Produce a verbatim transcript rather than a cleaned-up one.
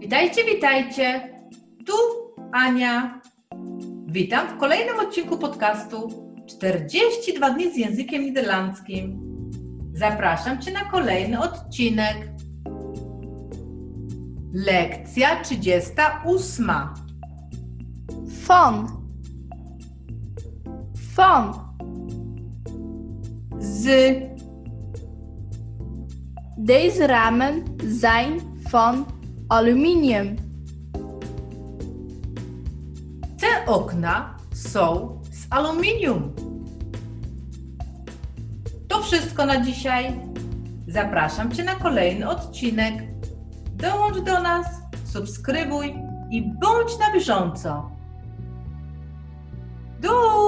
Witajcie, witajcie. Tu Ania. Witam w kolejnym odcinku podcastu czterdzieści dwa dni z językiem niderlandzkim. Zapraszam Cię na kolejny odcinek. Lekcja trzydziesta ósma. Van. Van. Z. Deze ramen zijn van aluminium. Te okna są z aluminium. To wszystko na dzisiaj. Zapraszam Cię na kolejny odcinek. Dołącz do nas, subskrybuj i bądź na bieżąco. Doei!